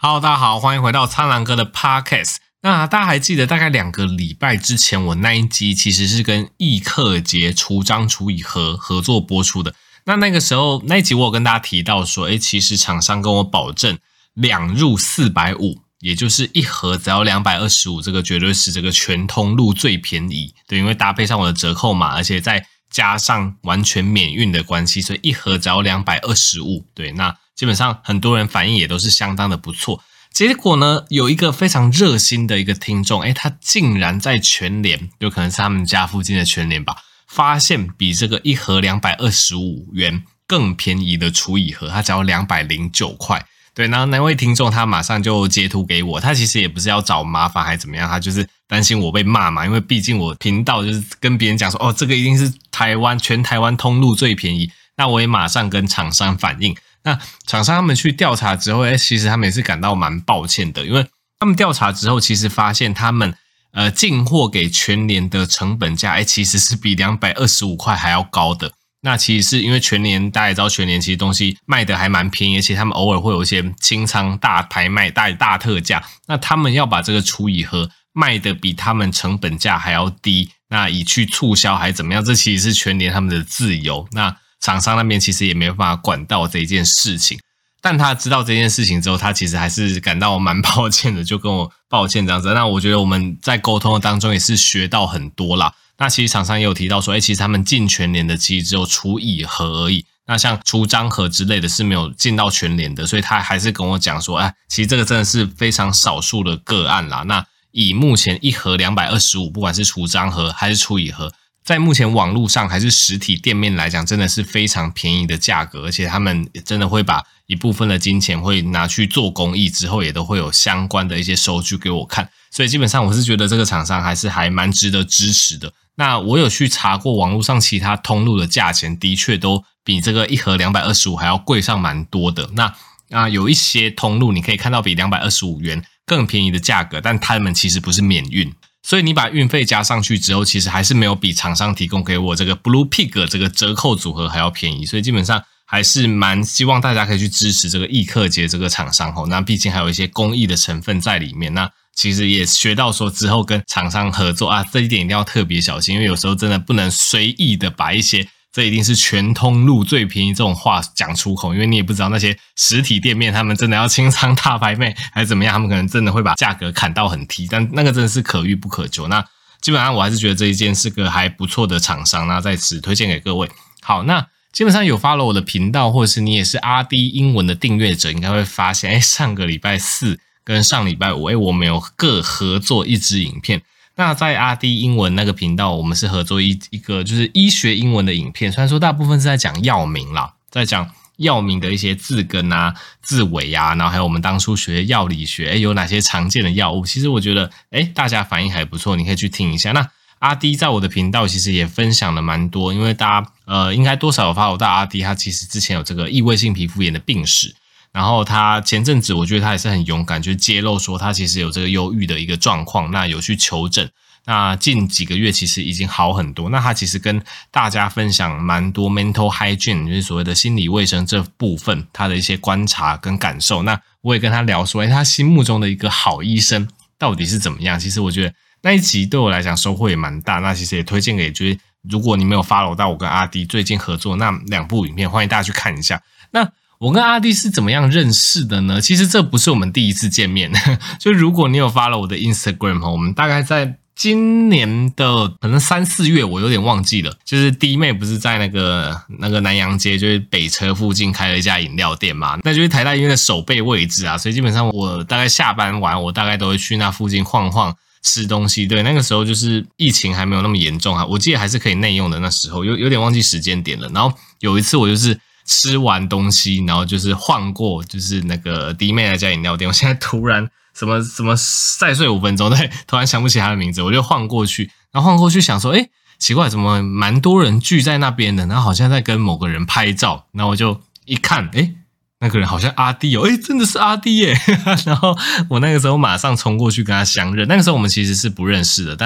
Hello， 大家好，欢迎回到苍狼哥的 Podcast。那大家还记得大概2个礼拜之前，我那一集其实是跟易克节除章除以盒合作播出的。那个时候那一集我有跟大家提到说，其实厂商跟我保证2入450，也就是一盒只要225，这个绝对是这个全通路最便宜。对，因为搭配上我的折扣码，而且再加上完全免运的关系，所以一盒只要225。对，那基本上很多人反应也都是相当的不错。结果呢，有一个非常热心的一个听众，他竟然在全联，有可能是他们家附近的全联吧，发现比这个一盒225元更便宜的除以盒，它只要209块。对，然后那位听众他马上就截图给我，他其实也不是要找麻烦还怎么样，他就是担心我被骂嘛，因为毕竟我频道就是跟别人讲说，这个一定是全台湾通路最便宜，那我也马上跟厂商反映。那厂商他们去调查之后，其实他们也是感到蛮抱歉的，因为他们调查之后，其实发现他们进货给全联的成本价，其实是比225块还要高的。那其实是因为全联，大家也知道全联其实东西卖的还蛮便宜，而且他们偶尔会有一些清仓大拍卖、大特价，那他们要把这个除以盒卖的比他们成本价还要低，那以去促销还怎么样，这其实是全联他们的自由。那厂商那边其实也没办法管到这一件事情，但他知道这件事情之后，他其实还是感到蛮抱歉的，就跟我抱歉这样子。那我觉得我们在沟通的当中也是学到很多啦。那其实厂商也有提到说，其实他们进全联的其实只有除以盒而已，那像除章盒之类的是没有进到全联的，所以他还是跟我讲说，其实这个真的是非常少数的个案啦。那以目前一盒225，不管是除章盒还是除以盒，在目前网络上还是实体店面来讲，真的是非常便宜的价格，而且他们真的会把一部分的金钱会拿去做公益，之后也都会有相关的一些收据给我看，所以基本上我是觉得这个厂商还蛮值得支持的。那我有去查过网络上其他通路的价钱，的确都比这个一盒225还要贵上蛮多的。那有一些通路你可以看到比225元更便宜的价格，但他们其实不是免运。所以你把运费加上去之后，其实还是没有比厂商提供给我这个 Blue Pig 这个折扣组合还要便宜，所以基本上还是蛮希望大家可以去支持这个易克节这个厂商那毕竟还有一些公益的成分在里面。那其实也学到说之后跟厂商合作这一点一定要特别小心，因为有时候真的不能随意的把一些这一定是全通路最便宜这种话讲出口，因为你也不知道那些实体店面他们真的要清仓大拍卖还是怎么样，他们可能真的会把价格砍到很低，但那个真的是可遇不可求。那基本上我还是觉得这一件是个还不错的厂商，那在此推荐给各位。好，那基本上有 follow 我的频道，或者是你也是 RD 英文的订阅者，应该会发现上个礼拜4跟上礼拜5我们有各合作一支影片。那在 RD 英文那个频道，我们是合作一个就是医学英文的影片，虽然说大部分是在讲药名啦，在讲药名的一些字根字尾然后还有我们当初学药理学有哪些常见的药物，其实我觉得大家反应还不错，你可以去听一下。那RD 在我的频道其实也分享了蛮多，因为大家应该多少有follow到RD，他其实之前有这个异位性皮肤炎的病史，然后他前阵子我觉得他也是很勇敢，就揭露说他其实有这个忧郁的一个状况，那有去求诊，那近几个月其实已经好很多。那他其实跟大家分享蛮多 mental hygiene， 就是所谓的心理卫生这部分他的一些观察跟感受。那我也跟他聊说他心目中的一个好医生到底是怎么样。其实我觉得那一集对我来讲收获也蛮大，那其实也推荐给就是如果你没有 follow 到我跟阿弟最近合作那2部影片，欢迎大家去看一下。那我跟阿弟是怎么样认识的呢？其实这不是我们第一次见面，就如果你有 follow 我的 Instagram， 我们大概在今年的可能3、4月，我有点忘记了，就是弟妹不是在那个南阳街，就是北车附近开了一家饮料店嘛，那就是台大医院的守备位置所以基本上我大概下班完，我大概都会去那附近晃晃吃东西。对，那个时候就是疫情还没有那么严重我记得还是可以内用的，那时候有点忘记时间点了。然后有一次我就是吃完东西，然后就是晃过就是那个弟妹那家饮料店，我现在突然什么再睡5分钟，对，突然想不起他的名字，我就晃过去，然后晃过去想说奇怪，怎么蛮多人聚在那边的，然后好像在跟某个人拍照，然后我就一看那个人好像阿弟真的是阿弟然后我那个时候马上冲过去跟他相认。那个时候我们其实是不认识的，但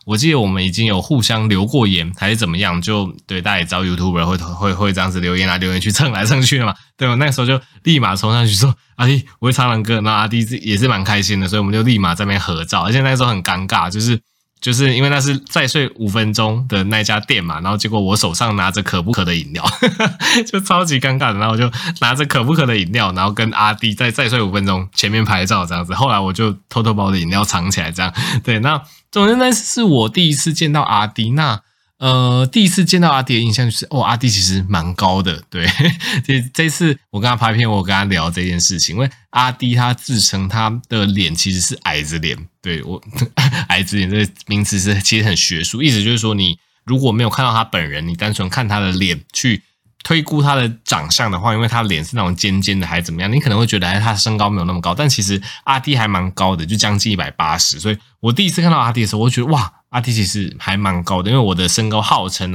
我记得我们已经有互相留过言还是怎么样，就对大家也知道 YouTuber 会这样子留言去蹭来蹭去的嘛。对，我那个时候就立马冲上去说阿弟我会苍狼哥，然后阿弟也是蛮开心的，所以我们就立马在那边合照，而且那个时候很尴尬，就是因为那是再睡5分钟的那家店嘛，然后结果我手上拿着可不可的饮料就超级尴尬的，然后我就拿着可不可的饮料，然后跟阿弟再睡5分钟前面拍照这样子，后来我就偷偷把我的饮料藏起来这样。对，那总之那是我第一次见到阿弟，那第一次见到阿弟的印象就是阿弟其实蛮高的。对，这次我跟他拍片，我跟他聊这件事情，因为阿弟他自称他的脸其实是矮子脸。对，我矮子脸这个名词其实很学术，意思就是说你如果没有看到他本人，你单纯看他的脸去推估他的长相的话，因为他的脸是那种尖尖的还是怎么样，你可能会觉得他身高没有那么高，但其实阿弟还蛮高的，就将近180，所以我第一次看到阿弟的时候，我就觉得哇，阿弟其实还蛮高的，因为我的身高号称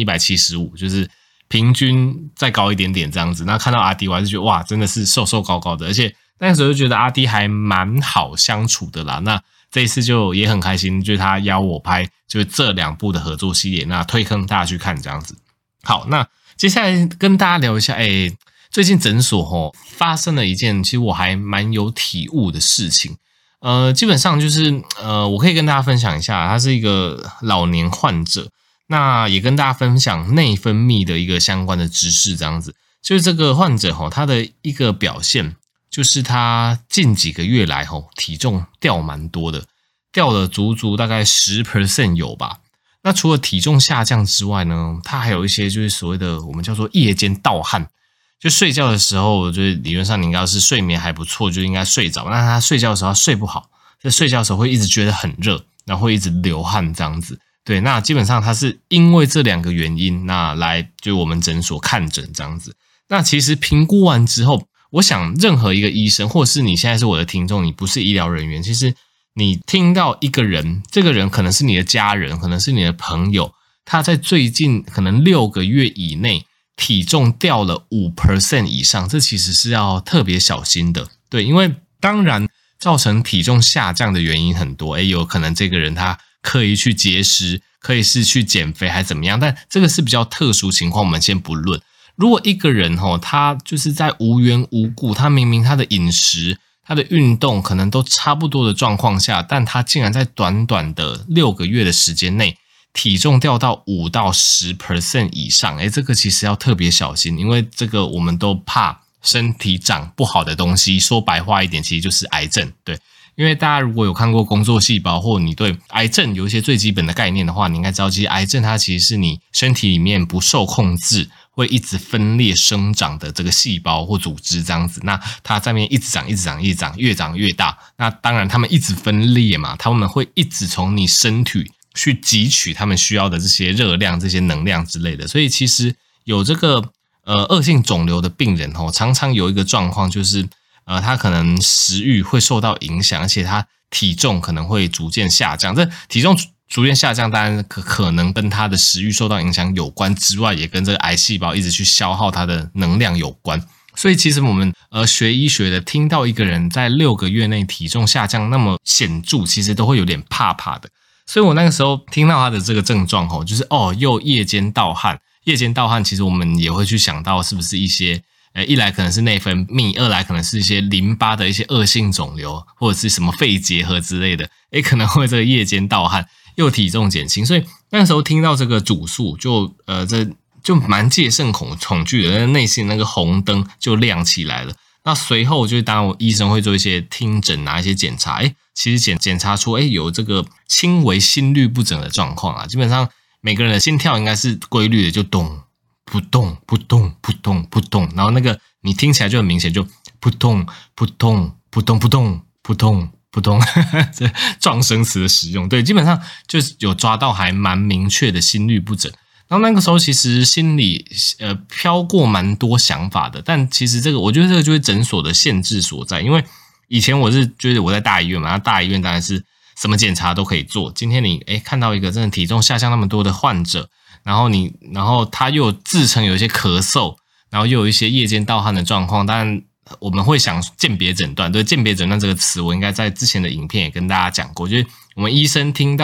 175，就是平均再高一点点这样子。那看到阿弟，我还是觉得哇，真的是瘦瘦高高的，而且那个时候就觉得阿弟还蛮好相处的啦。那这一次就也很开心，就是他邀我拍就是这2部的合作系列，那推坑大家去看这样子。好，那接下来跟大家聊一下，最近诊所发生了一件其实我还蛮有体悟的事情。基本上就是我可以跟大家分享一下，他是一个老年患者，那也跟大家分享内分泌的一个相关的知识这样子。就是这个患者他的一个表现就是他近几个月来体重掉蛮多的，掉了足足大概 10% 有吧。那除了体重下降之外呢，他还有一些就是所谓的我们叫做夜间盗汗，就睡觉的时候，就是理论上你应该是睡眠还不错，就应该睡着，但他睡觉的时候他睡不好，在睡觉的时候会一直觉得很热，然后会一直流汗这样子。对，那基本上他是因为这2个原因，那来就我们诊所看诊这样子。那其实评估完之后，我想任何一个医生，或是你现在是我的听众，你不是医疗人员，其实你听到一个人，这个人可能是你的家人，可能是你的朋友，他在最近可能6个月以内体重掉了 5% 以上，这其实是要特别小心的。对，因为当然造成体重下降的原因很多，有可能这个人他刻意去节食，可以是去减肥还怎么样，但这个是比较特殊情况，我们先不论。如果一个人他就是在无缘无故，他明明他的饮食他的运动可能都差不多的状况下，但他竟然在短短的6个月的时间内体重掉到5到 10% 以上，这个其实要特别小心，因为这个我们都怕身体长不好的东西，说白话一点其实就是癌症。对，因为大家如果有看过工作细胞，或你对癌症有一些最基本的概念的话，你应该知道其实癌症它其实是你身体里面不受控制会一直分裂生长的这个细胞或组织这样子，那它在那边一直长一直长一直长，越长越大，那当然它们一直分裂嘛，它们会一直从你身体去汲取他们需要的这些热量这些能量之类的。所以其实有这个恶性肿瘤的病人常常有一个状况就是他可能食欲会受到影响，而且他体重可能会逐渐下降。这体重逐渐下降当然可能跟他的食欲受到影响有关之外，也跟这个癌细胞一直去消耗他的能量有关。所以其实我们学医学的听到一个人在6个月内体重下降那么显著，其实都会有点怕怕的。所以我那个时候听到他的这个症状就是又夜间盗汗。夜间盗汗其实我们也会去想到是不是一些一来可能是内分泌，二来可能是一些淋巴的一些恶性肿瘤，或者是什么肺结核之类的，可能会这个夜间盗汗又体重减轻。所以那时候听到这个主诉就蛮戒慎恐惧的，内心那个红灯就亮起来了。那随后就当然医生会做一些听诊一些检查，其实检查出有这个轻微心律不整的状况啊。基本上每个人的心跳应该是规律的，就咚扑咚扑咚扑咚扑咚，然后那个你听起来就很明显，就扑咚扑咚扑咚扑咚扑咚扑咚，这撞声词的使用，对，基本上就是有抓到还蛮明确的心律不整。然后那个时候其实心里飘过蛮多想法的，但其实这个我觉得这个就是诊所的限制所在。因为以前我是觉得我在大医院嘛，那大医院当然是什么检查都可以做。今天你看到一个真的体重下降那么多的患者，然后他又自称有一些咳嗽，然后又有一些夜间盗汗的状况，当然我们会想鉴别诊断。对，鉴别诊断这个词我应该在之前的影片也跟大家讲过，就是我们医生听到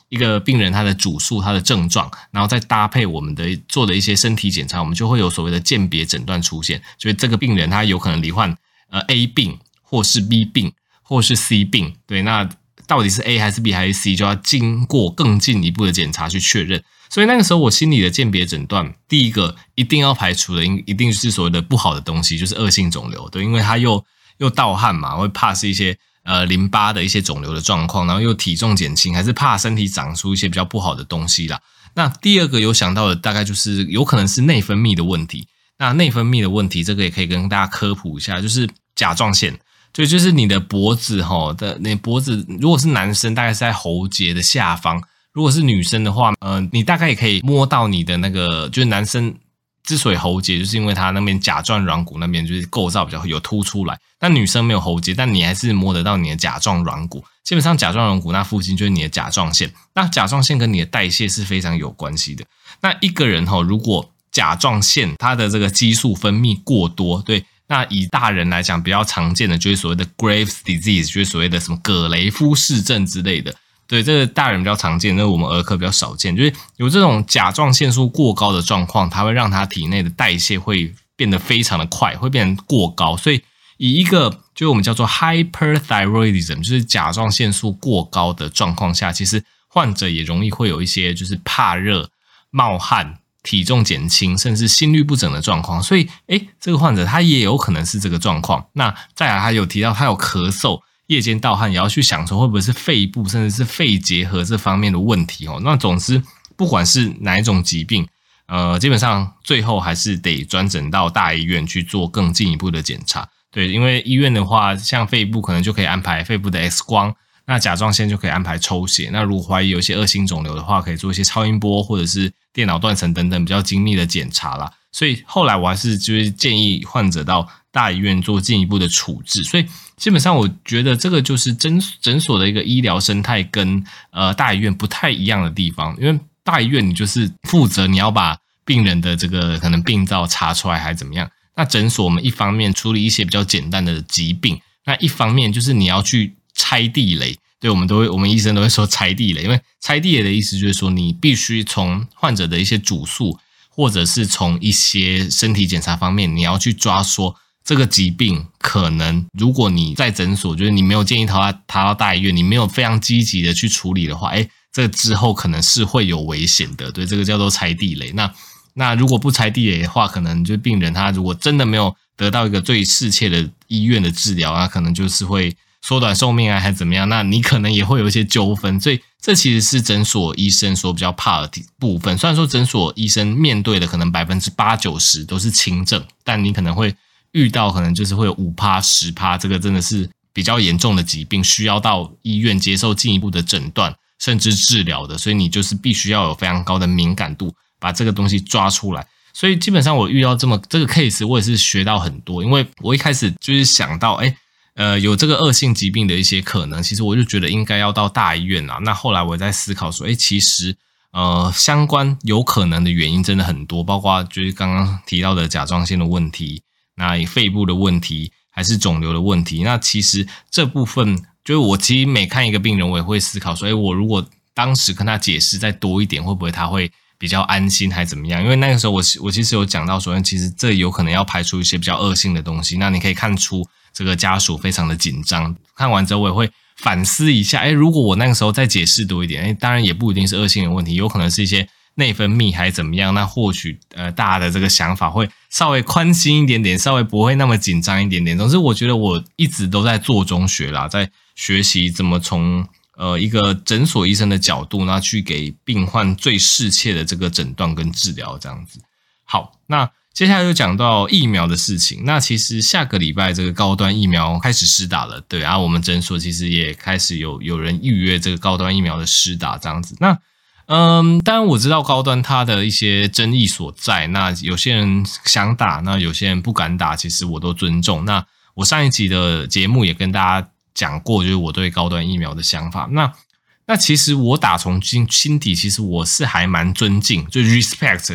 一个病人他的主诉、他的症状，然后再搭配我们的做的一些身体检查，我们就会有所谓的鉴别诊断出现。所以这个病人他有可能罹患A 病，或是 B 病，或是 C 病。对，那到底是 A 还是 B 还是 C， 就要经过更进一步的检查去确认。所以那个时候我心里的鉴别诊断，第一个一定要排除的一定是所谓的不好的东西，就是恶性肿瘤。对，因为它又盗汗嘛，会怕是一些淋巴的一些肿瘤的状况，然后又体重减轻，还是怕身体长出一些比较不好的东西啦。那第二个有想到的大概就是有可能是内分泌的问题。那内分泌的问题，这个也可以跟大家科普一下，就是甲状腺。对，就是你的脖子你脖子如果是男生大概是在喉结的下方，如果是女生的话你大概也可以摸到你的那个，就是男生之所以喉结，就是因为他那边甲状软骨那边就是构造比较有凸出来，但女生没有喉结，但你还是摸得到你的甲状软骨。基本上甲状软骨那附近就是你的甲状腺，那甲状腺跟你的代谢是非常有关系的。那一个人如果甲状腺它的这个激素分泌过多，对，那以大人来讲比较常见的就是所谓的 Graves disease， 就是所谓的什么葛雷夫氏症之类的。对，这个大人比较常见，那我们儿科比较少见，就是有这种甲状腺素过高的状况，它会让他体内的代谢会变得非常的快，会变成过高。所以以一个就是我们叫做 hyperthyroidism， 就是甲状腺素过高的状况下，其实患者也容易会有一些就是怕热、冒汗、体重减轻，甚至心律不整的状况。所以这个患者他也有可能是这个状况。那再来他有提到他有咳嗽、夜间盗汗，也要去想说会不会是肺部甚至是肺结核这方面的问题。那总之不管是哪一种疾病基本上最后还是得转诊到大医院去做更进一步的检查。对，因为医院的话像肺部可能就可以安排肺部的 X 光，那甲状腺就可以安排抽血，那如果怀疑有一些恶性肿瘤的话，可以做一些超音波或者是电脑断层等等比较精密的检查啦。所以后来我还是就是建议患者到大医院做进一步的处置。所以基本上我觉得这个就是诊所的一个医疗生态跟大医院不太一样的地方。因为大医院你就是负责你要把病人的这个可能病灶查出来还怎么样，那诊所我们一方面处理一些比较简单的疾病，那一方面就是你要去拆地雷。对，我们医生都会说拆地雷，因为拆地雷的意思就是说你必须从患者的一些主诉，或者是从一些身体检查方面，你要去抓说这个疾病可能如果你在诊所就是你没有建议他到大医院，你没有非常积极的去处理的话，这个之后可能是会有危险的。对，这个叫做拆地雷。那如果不拆地雷的话，可能就病人他如果真的没有得到一个最适切的医院的治疗，那可能就是会缩短寿命还是怎么样，那你可能也会有一些纠纷。所以这其实是诊所医生所比较怕的部分。虽然说诊所医生面对的可能 80%-90% 都是轻症，但你可能会遇到可能就是会有 5%-10%， 这个真的是比较严重的疾病，需要到医院接受进一步的诊断甚至治疗的。所以你就是必须要有非常高的敏感度，把这个东西抓出来。所以基本上我遇到这个 case 我也是学到很多。因为我一开始就是想到有这个恶性疾病的一些可能，其实我就觉得应该要到大医院啦。那后来我在思考说其实相关有可能的原因真的很多，包括就是刚刚提到的甲状腺的问题，那肺部的问题，还是肿瘤的问题。那其实这部分就是我其实每看一个病人我也会思考说我如果当时跟他解释再多一点，会不会他会比较安心还怎么样。因为那个时候我其实有讲到说其实这有可能要排除一些比较恶性的东西。那你可以看出这个家属非常的紧张。看完之后我也会反思一下如果我那个时候再解释多一点当然也不一定是恶性的问题，有可能是一些内分泌还怎么样，那或许大家的这个想法会稍微宽心一点点，稍微不会那么紧张一点点。总之我觉得我一直都在做中学啦，在学习怎么从一个诊所医生的角度那去给病患最适切的这个诊断跟治疗这样子。好，那接下来就讲到疫苗的事情。那其实下个礼拜这个高端疫苗开始施打了，对啊，我们诊所其实也开始有人预约这个高端疫苗的施打这样子。那当然我知道高端它的一些争议所在，那有些人想打，那有些人不敢打，其实我都尊重。那我上一集的节目也跟大家讲过，就是我对高端疫苗的想法。那其实我打从心底，其实我是还蛮尊敬，就 respect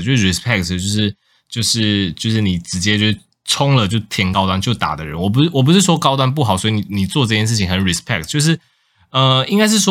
就是你直接就冲了就填高端就打的人。我不是说高端不好，所以你做这件事情很 respect， 就是应该是说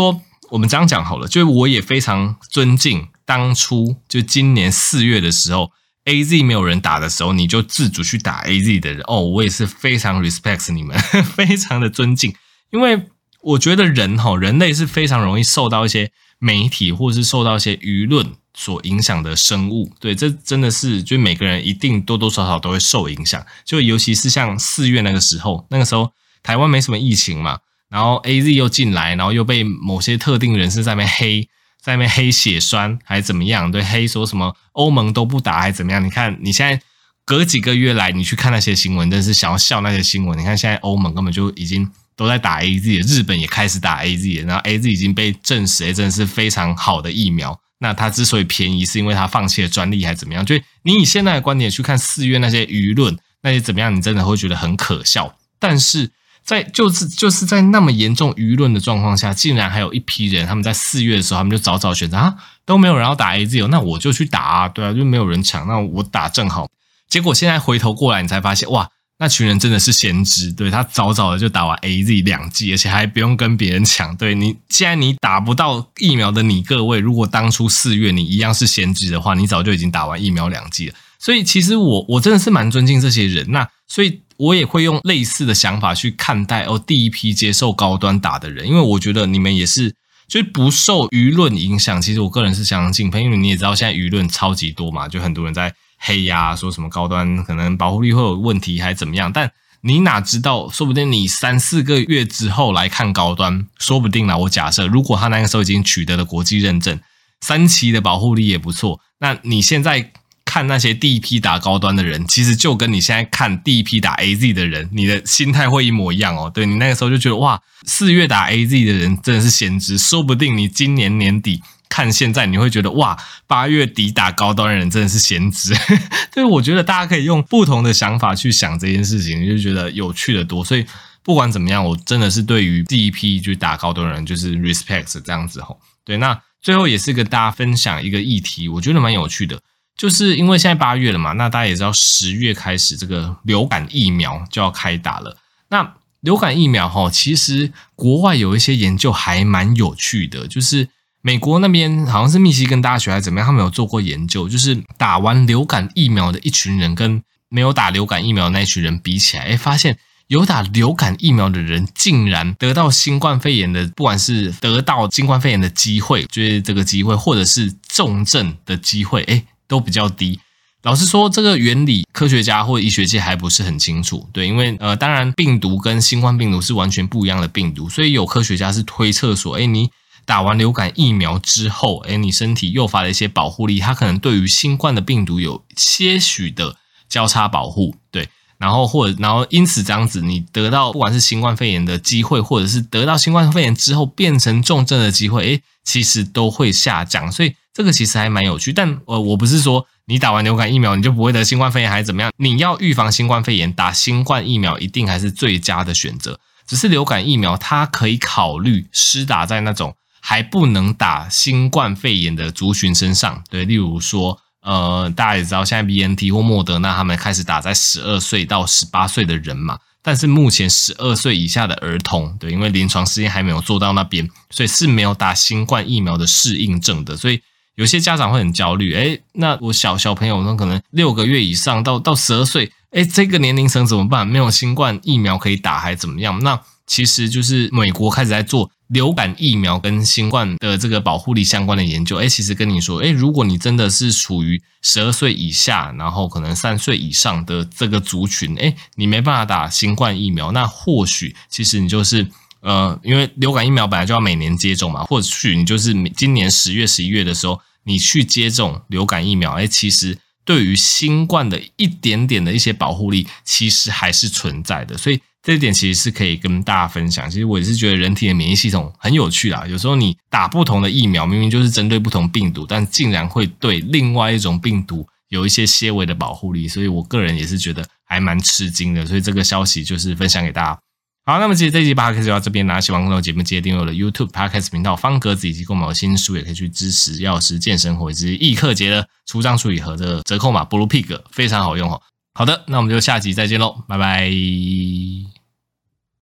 我们这样讲好了，就是我也非常尊敬当初就今年4月的时候 AZ 没有人打的时候，你就自主去打 AZ 的人哦，我也是非常 respect 你们非常的尊敬，因为我觉得人类是非常容易受到一些媒体或是受到一些舆论所影响的生物，对，这真的是就每个人一定多多少少都会受影响，就尤其是像4月那个时候台湾没什么疫情嘛，然后 AZ 又进来，然后又被某些特定人士在那边黑血栓还怎么样，对，黑说什么欧盟都不打还怎么样，你看你现在隔几个月来你去看那些新闻，真是想要笑那些新闻，你看现在欧盟根本就已经都在打 AZ 了，日本也开始打 AZ 了，然后 AZ 已经被证实真的是非常好的疫苗，那它之所以便宜是因为它放弃了专利还怎么样，就你以现在的观点去看4月那些舆论那些怎么样，你真的会觉得很可笑，但是就是在那么严重舆论的状况下，竟然还有一批人他们在4月的时候他们就早早选择都没有人要打 AZ 那我就去打对啊，就没有人抢，那我打正好，结果现在回头过来你才发现哇，那群人真的是先知，对，他早早的就打完 AZ 2剂，而且还不用跟别人抢，对，既然你打不到疫苗的你各位，如果当初4月你一样是先知的话，你早就已经打完疫苗2剂了，所以其实我真的是蛮尊敬这些人，那所以我也会用类似的想法去看待第一批接受高端打的人，因为我觉得你们也是就是不受舆论影响，其实我个人是相当敬佩，因为你也知道现在舆论超级多嘛，就很多人在黑呀，说什么高端可能保护力会有问题还怎么样，但你哪知道说不定你3-4个月之后来看高端，说不定啦，我假设如果他那个时候已经取得了国际认证，3期的保护力也不错，那你现在看那些第一批打高端的人，其实就跟你现在看第一批打 AZ 的人，你的心态会一模一样哦。对，你那个时候就觉得哇，4月打 AZ 的人真的是先知，说不定你今年年底看现在你会觉得哇，8月底打高端的人真的是先知。对，我觉得大家可以用不同的想法去想这件事情，就觉得有趣的多。所以不管怎么样，我真的是对于第一批去打高端的人就是 respect 这样子吼。对，那最后也是跟大家分享一个议题，我觉得蛮有趣的。就是因为现在8月了嘛，那大家也知道10月开始这个流感疫苗就要开打了。那流感疫苗其实国外有一些研究还蛮有趣的，就是美国那边好像是密西根大学还是怎么样，他们有做过研究，就是打完流感疫苗的一群人跟没有打流感疫苗的那一群人比起来，发现有打流感疫苗的人竟然得到新冠肺炎的，不管是得到新冠肺炎的机会，就是这个机会，或者是重症的机会，都比较低。老实说，这个原理科学家或医学界还不是很清楚，对，因为当然病毒跟新冠病毒是完全不一样的病毒，所以有科学家是推测说，你打完流感疫苗之后，你身体诱发的一些保护力，它可能对于新冠的病毒有些许的交叉保护，对，然后因此这样子，你得到不管是新冠肺炎的机会，或者是得到新冠肺炎之后变成重症的机会，其实都会下降，所以这个其实还蛮有趣。但我不是说你打完流感疫苗你就不会得新冠肺炎还是怎么样，你要预防新冠肺炎，打新冠疫苗一定还是最佳的选择。只是流感疫苗它可以考虑施打在那种还不能打新冠肺炎的族群身上，对，例如说大家也知道现在 BNT 或莫德纳他们开始打在12岁到18岁的人嘛，但是目前12岁以下的儿童，对，因为临床实验还没有做到那边，所以是没有打新冠疫苗的适应症的，所以有些家长会很焦虑，那我小朋友可能6个月以上到12岁，这个年龄层怎么办？没有新冠疫苗可以打还怎么样？那其实就是美国开始在做流感疫苗跟新冠的这个保护力相关的研究，其实跟你说，如果你真的是处于12岁以下，然后可能3岁以上的这个族群，你没办法打新冠疫苗，那或许其实你就是因为流感疫苗本来就要每年接种嘛，或许你就是今年10月、11月的时候，你去接种流感疫苗，其实对于新冠的一点点的一些保护力，其实还是存在的，所以这一点其实是可以跟大家分享。其实我也是觉得人体的免疫系统很有趣啦，有时候你打不同的疫苗，明明就是针对不同病毒，但竟然会对另外一种病毒有一些些微的保护力，所以我个人也是觉得还蛮吃惊的，所以这个消息就是分享给大家。好，那么其实这一集 Podcast 就到这边啦，喜欢更多节目记得订阅我的 YouTube Podcast 频道方格子，以及购买我新书也可以去支持药师健生活以及易课节的出张处理盒的折扣码 Blue Pig 非常好用哦。好的，那我们就下集再见咯，拜拜。